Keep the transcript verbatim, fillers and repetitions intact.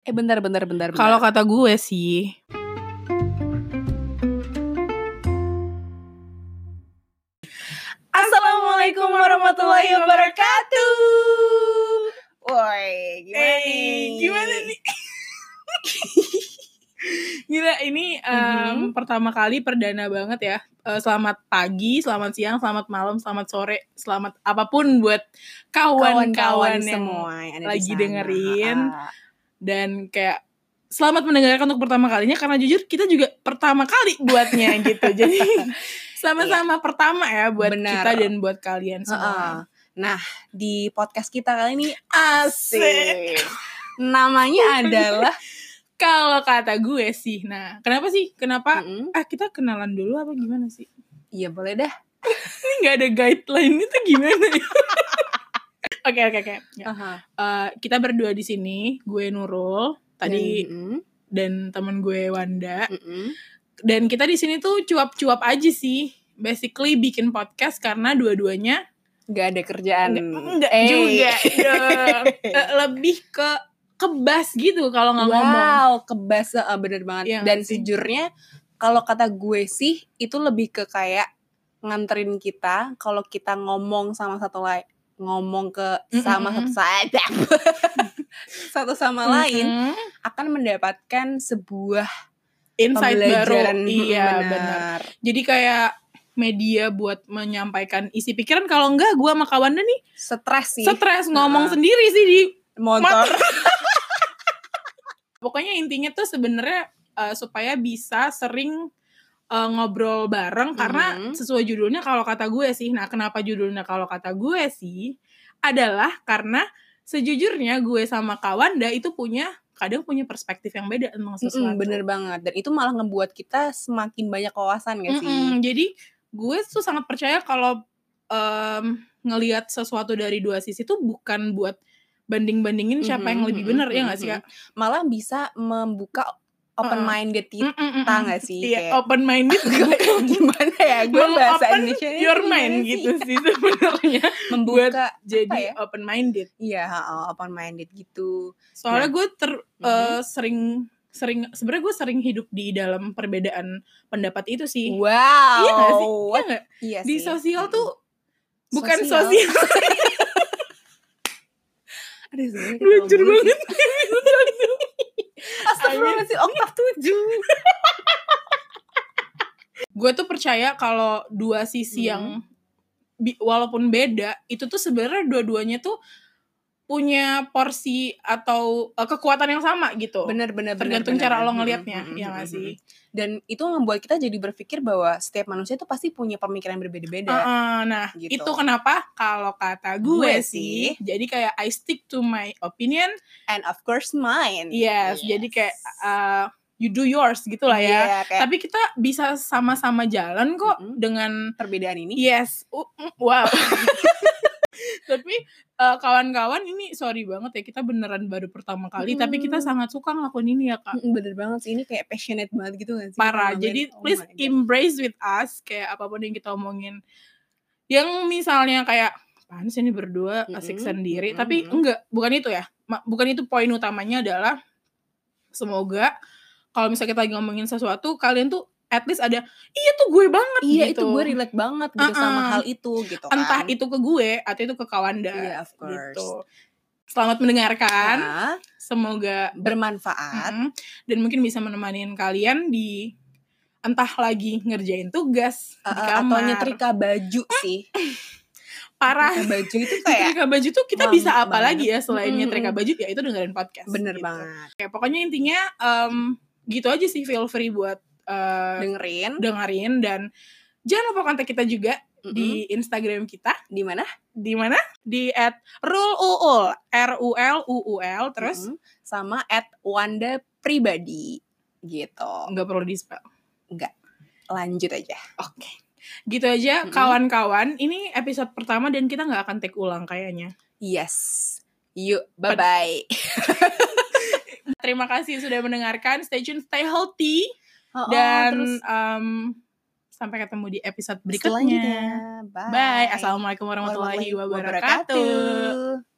Eh bentar bentar bentar, bentar. Kalau kata gue sih, Assalamualaikum warahmatullahi wabarakatuh. Woi, gimana eh, nih? gimana nih? Gila, ini um, Mhm. pertama kali perdana banget ya. Uh, selamat pagi, selamat siang, selamat malam, selamat sore, selamat apapun buat kawan-kawan Kawan-kawan yang semua yang ada di lagi sana. dengerin. Ha-ha. Dan kayak selamat mendengarkan untuk pertama kalinya, karena jujur kita juga pertama kali buatnya gitu. Jadi sama-sama pertama ya buat Benar. kita dan buat kalian semua. Ha-ha. Nah, di podcast kita kali ini Asik. namanya adalah Kalau kata gue sih. Nah, kenapa sih? Kenapa? Mm-mm. Ah, kita kenalan dulu apa gimana sih? Iya boleh dah. Ini gak ada guideline itu gimana ya? Oke, oke, oke. Aha. Uh, kita berdua di sini, gue Nurul tadi Dan, mm-mm. dan temen gue Wanda. Mm-mm. Dan kita di sini tuh cuap-cuap aja sih. Basically bikin podcast karena dua-duanya Gak ada kerjaan. enggak, enggak Eh. juga dong. Uh, lebih ke kebas gitu kalau nggak ngomong. Wow, kebas, uh, bener banget. Iya Dan nggak sih? sejujurnya kalau kata gue sih itu lebih ke kayak nganterin kita kalau kita ngomong sama satu lain, ngomong ke sama Mm-mm. satu saja satu sama lain Mm-mm. akan mendapatkan sebuah Insight pembelajaran. baru. Iya, benar. benar. Jadi kayak media buat menyampaikan isi pikiran. Kalau enggak, gue sama Kawanda nih Stres sih. stres ngomong Nah. sendiri sih di Motor. Pokoknya intinya tuh sebenarnya uh, supaya bisa sering uh, ngobrol bareng. Karena Mhm. sesuai judulnya kalau kata gue sih. Nah, kenapa judulnya kalau kata gue sih adalah karena sejujurnya gue sama Kawanda itu punya kadang punya perspektif yang beda tentang sesuatu. Mm-mm, bener banget. Dan itu malah ngebuat kita semakin banyak wawasan gak sih? Mm-mm. Jadi gue tuh sangat percaya kalau um, ngelihat sesuatu dari dua sisi tuh bukan buat banding-bandingin siapa yang lebih benar, ya nggak sih Kak? Malah bisa membuka open minded kita nggak sih? Iya, Kayak open minded gimana ya? Gue bahasa Open Indonesia your mind gitu sih sebenarnya. membuka Jadi ya? open minded. Iya, open minded gitu. Soalnya Nah. gue ter Mhm. uh, sering sering sebenarnya gue sering hidup di dalam perbedaan pendapat itu sih. Wow. Iya nggak sih? Iya nggak? Iya Di sih. sosial Mm-mm. tuh bukan Sosial. sosial. Aduh, sebenarnya kita Lucu ngomongin banget. Astagfirullahaladzim, oktav tujuh. Gue tuh percaya kalau dua sisi Hmm. yang bi- walaupun beda itu tuh sebenarnya dua-duanya tuh punya porsi atau uh, kekuatan yang sama gitu. Bener-bener Tergantung bener, cara bener. lo ngelihatnya, Mm-mm, ya nggak mm-mm. sih? Dan itu membuat kita jadi berpikir bahwa setiap manusia itu pasti punya pemikiran berbeda-beda. Uh-uh, nah, Gitu. itu kenapa kalau kata Gue gue, sih. sih, jadi kayak I stick to my opinion. And of course mine. Yes, Yes. jadi kayak uh, you do yours gitu lah ya. Iya, kayak Tapi kita bisa sama-sama jalan kok Mm-mm. dengan perbedaan ini. yes, uh, uh, wow. Tapi uh, kawan-kawan ini sorry banget ya, kita beneran baru pertama kali, Mm-mm. tapi kita sangat suka ngelakuin ini ya Kak. Mm-mm, bener banget sih, ini kayak passionate banget gitu gak sih? Parah, Ngelakuin. jadi Oh please my God. embrace with us, kayak apapun yang kita omongin. Yang misalnya kayak, apaan sih ini berdua asik Mm-mm, sendiri, mm-mm, tapi mm-mm. enggak, bukan itu ya, Ma- bukan itu poin utamanya adalah, semoga kalau misalnya kita lagi ngomongin sesuatu, kalian tuh at least ada, iya tuh gue banget Iya, gitu. itu gue relate banget gitu Uh-uh. sama hal itu gitu kan. Entah itu ke gue atau itu ke Kawanda. Iya, of course. Gitu. Selamat mendengarkan. Nah, Semoga bermanfaat. Mm-mm. Dan mungkin bisa menemani kalian di entah lagi ngerjain tugas Uh, di uh, kamar. atau nyetrika baju sih. Parah. Nyetrika baju itu kayak Nyetrika baju tuh kita Mam bisa apa banget. lagi ya selain Mm-mm. nyetrika baju, ya itu dengerin podcast. Bener gitu. banget. Kayak pokoknya intinya um, gitu aja sih, feel free buat uh, Dengerin. dengerin, dan jangan lupa kontak kita juga Mm-mm. di Instagram kita. Di mana? Di mana? Di at ruluul, R U L U U L, terus Mm-mm. Sama at Wanda Pribadi gitu. nggak perlu di spell. Enggak. Lanjut aja. Oke. Gitu aja. Mm-mm. Kawan-kawan, ini episode pertama dan kita nggak akan take ulang kayaknya. Yes. Yuk, bye-bye. Terima kasih sudah mendengarkan. Stay tune, stay healthy. Oh, oh, Dan terus um, sampai ketemu di episode berikutnya. selanjutnya. Bye. Bye. Assalamualaikum warahmatullahi wabarakatuh.